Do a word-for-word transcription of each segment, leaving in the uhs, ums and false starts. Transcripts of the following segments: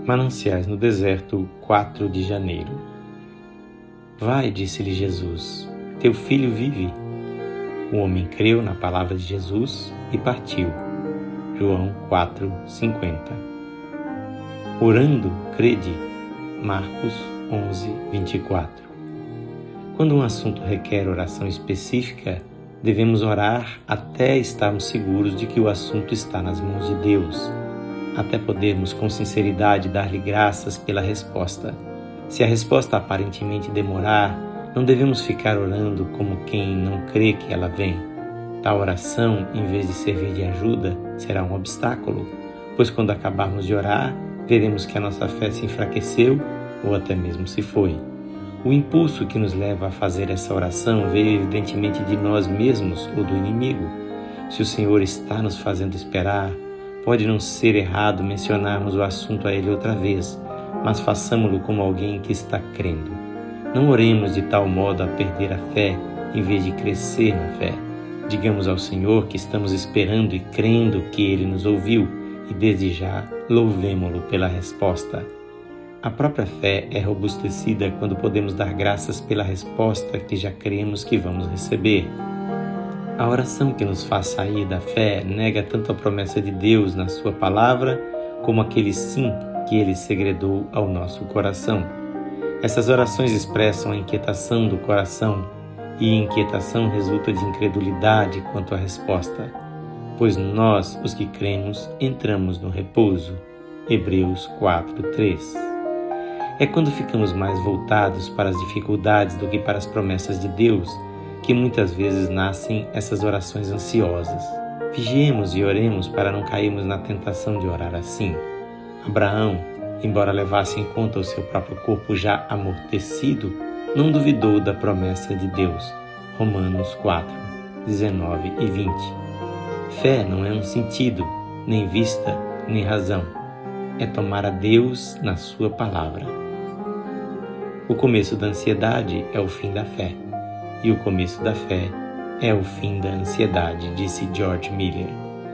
Mananciais no deserto, quatro de janeiro. Vai, disse-lhe Jesus, teu filho vive. O homem creu na palavra de Jesus e partiu. João quatro, cinquenta. Orando, crede. Marcos onze, vinte e quatro. Quando um assunto requer oração específica, devemos orar até estarmos seguros de que o assunto está nas mãos de Deus, até podermos com sinceridade dar-lhe graças pela resposta. Se a resposta aparentemente demorar, não devemos ficar orando como quem não crê que ela vem. Tal oração, em vez de servir de ajuda, será um obstáculo, pois quando acabarmos de orar, veremos que a nossa fé se enfraqueceu ou até mesmo se foi. O impulso que nos leva a fazer essa oração veio evidentemente de nós mesmos ou do inimigo. Se o Senhor está nos fazendo esperar, pode não ser errado mencionarmos o assunto a Ele outra vez, mas façamo-lo como alguém que está crendo. Não oremos de tal modo a perder a fé, em vez de crescer na fé. Digamos ao Senhor que estamos esperando e crendo que Ele nos ouviu, e desde já louvemo-lo pela resposta. A própria fé é robustecida quando podemos dar graças pela resposta que já cremos que vamos receber. A oração que nos faz sair da fé nega tanto a promessa de Deus na sua palavra, como aquele sim que Ele segredou ao nosso coração. Essas orações expressam a inquietação do coração, e inquietação resulta de incredulidade quanto à resposta, pois nós, os que cremos, entramos no repouso. Hebreus quatro, três. É quando ficamos mais voltados para as dificuldades do que para as promessas de Deus, que muitas vezes nascem essas orações ansiosas. Vigiemos e oremos para não cairmos na tentação de orar assim. Abraão, embora levasse em conta o seu próprio corpo já amortecido, não duvidou da promessa de Deus. Romanos quatro, dezenove e vinte. Fé não é um sentido, nem vista, nem razão. É tomar a Deus na sua palavra. O começo da ansiedade é o fim da fé, e o começo da fé é o fim da ansiedade, disse George Miller.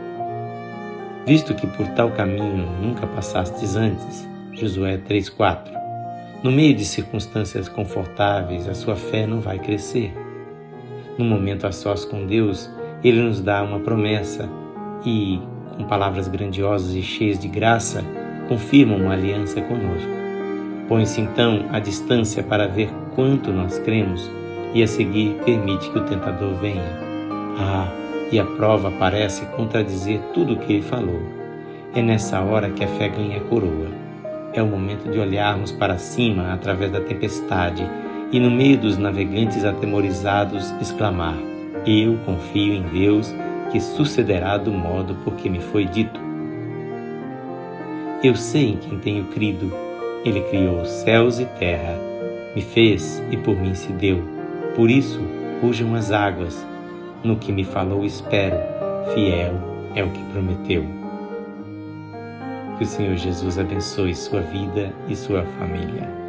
Visto que por tal caminho nunca passastes antes, Josué três, quatro. No meio de circunstâncias confortáveis, a sua fé não vai crescer. No momento a sós com Deus, Ele nos dá uma promessa e, com palavras grandiosas e cheias de graça, confirma uma aliança conosco. Põe-se então à distância para ver quanto nós cremos e a seguir permite que o tentador venha. Ah, e a prova parece contradizer tudo o que ele falou. É nessa hora que a fé ganha coroa. É o momento de olharmos para cima através da tempestade e no meio dos navegantes atemorizados exclamar: eu confio em Deus que sucederá do modo por que me foi dito. Eu sei em quem tenho crido. Ele criou céus e terra, me fez e por mim se deu. Por isso, rujam as águas. No que me falou espero, fiel é o que prometeu. Que o Senhor Jesus abençoe sua vida e sua família.